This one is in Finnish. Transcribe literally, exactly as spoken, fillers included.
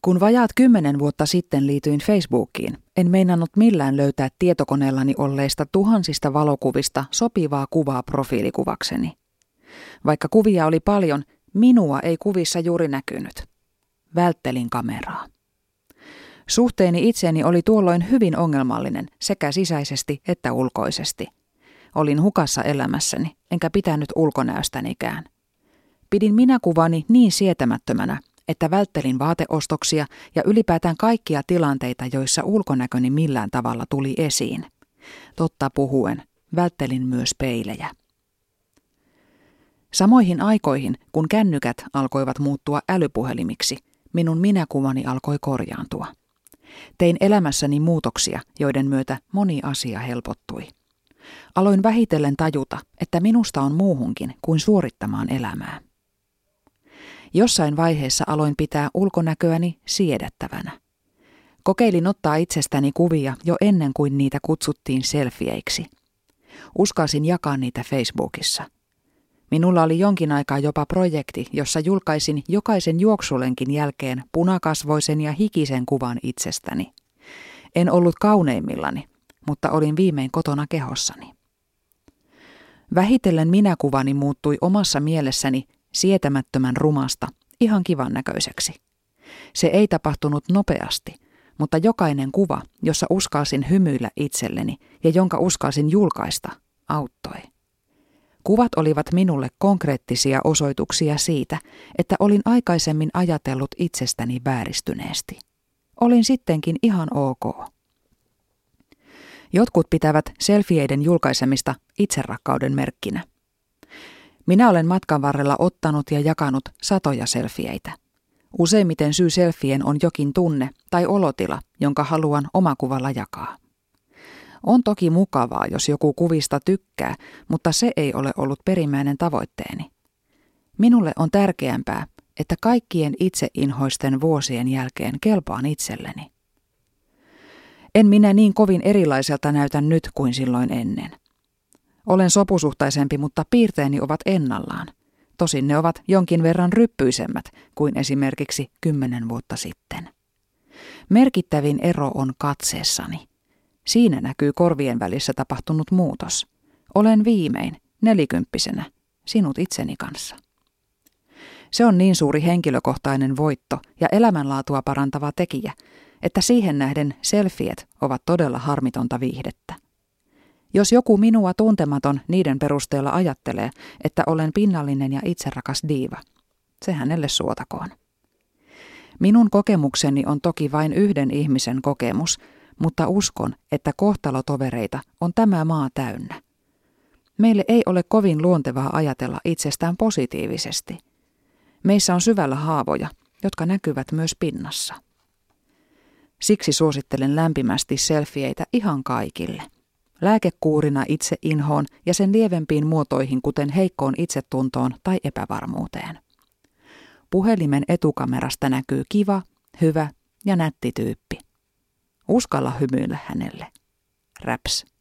Kun vajaat kymmenen vuotta sitten liityin Facebookiin, en meinannut millään löytää tietokoneellani olleista tuhansista valokuvista sopivaa kuvaa profiilikuvakseni. Vaikka kuvia oli paljon, minua ei kuvissa juuri näkynyt. Välttelin kameraa. Suhteeni itseeni oli tuolloin hyvin ongelmallinen sekä sisäisesti että ulkoisesti. Olin hukassa elämässäni, enkä pitänyt ulkonäöstänikään. Pidin minäkuvani niin sietämättömänä, että välttelin vaateostoksia ja ylipäätään kaikkia tilanteita, joissa ulkonäköni millään tavalla tuli esiin. Totta puhuen, välttelin myös peilejä. Samoihin aikoihin, kun kännykät alkoivat muuttua älypuhelimiksi, minun minäkuvani alkoi korjaantua. Tein elämässäni muutoksia, joiden myötä moni asia helpottui. Aloin vähitellen tajuta, että minusta on muuhunkin kuin suorittamaan elämää. Jossain vaiheessa aloin pitää ulkonäköäni siedettävänä. Kokeilin ottaa itsestäni kuvia jo ennen kuin niitä kutsuttiin selfieiksi. Uskalsin jakaa niitä Facebookissa. Minulla oli jonkin aikaa jopa projekti, jossa julkaisin jokaisen juoksulenkin jälkeen punakasvoisen ja hikisen kuvan itsestäni. En ollut kauneimmillani, mutta olin viimein kotona kehossani. Vähitellen minäkuvani muuttui omassa mielessäni sietämättömän rumasta ihan kivan näköiseksi. Se ei tapahtunut nopeasti, mutta jokainen kuva, jossa uskalsin hymyillä itselleni ja jonka uskalsin julkaista, auttoi. Kuvat olivat minulle konkreettisia osoituksia siitä, että olin aikaisemmin ajatellut itsestäni vääristyneesti. Olin sittenkin ihan ok. Jotkut pitävät selfieiden julkaisemista itserakkauden merkkinä. Minä olen matkan varrella ottanut ja jakanut satoja selfieitä. Useimmiten syy selfien on jokin tunne tai olotila, jonka haluan omakuvalla jakaa. On toki mukavaa, jos joku kuvista tykkää, mutta se ei ole ollut perimmäinen tavoitteeni. Minulle on tärkeämpää, että kaikkien itseinhoisten vuosien jälkeen kelpaan itselleni. En minä niin kovin erilaiselta näytä nyt kuin silloin ennen. Olen sopusuhtaisempi, mutta piirteeni ovat ennallaan. Tosin ne ovat jonkin verran ryppyisemmät kuin esimerkiksi kymmenen vuotta sitten. Merkittävin ero on katseessani. Siinä näkyy korvien välissä tapahtunut muutos. Olen viimein, nelikymppisenä, sinut itseni kanssa. Se on niin suuri henkilökohtainen voitto ja elämänlaatua parantava tekijä, että siihen nähden selfiet ovat todella harmitonta viihdettä. Jos joku minua tuntematon niiden perusteella ajattelee, että olen pinnallinen ja itserakas diiva, se hänelle suotakoon. Minun kokemukseni on toki vain yhden ihmisen kokemus, mutta uskon, että kohtalotovereita on tämä maa täynnä. Meille ei ole kovin luontevaa ajatella itsestään positiivisesti. Meissä on syvällä haavoja, jotka näkyvät myös pinnassa. Siksi suosittelen lämpimästi selfieitä ihan kaikille. Lääkekuurina itseinhoon ja sen lievempiin muotoihin, kuten heikkoon itsetuntoon tai epävarmuuteen. Puhelimen etukamerasta näkyy kiva, hyvä ja nätti tyyppi. Uskalla hymyillä hänelle. Raps.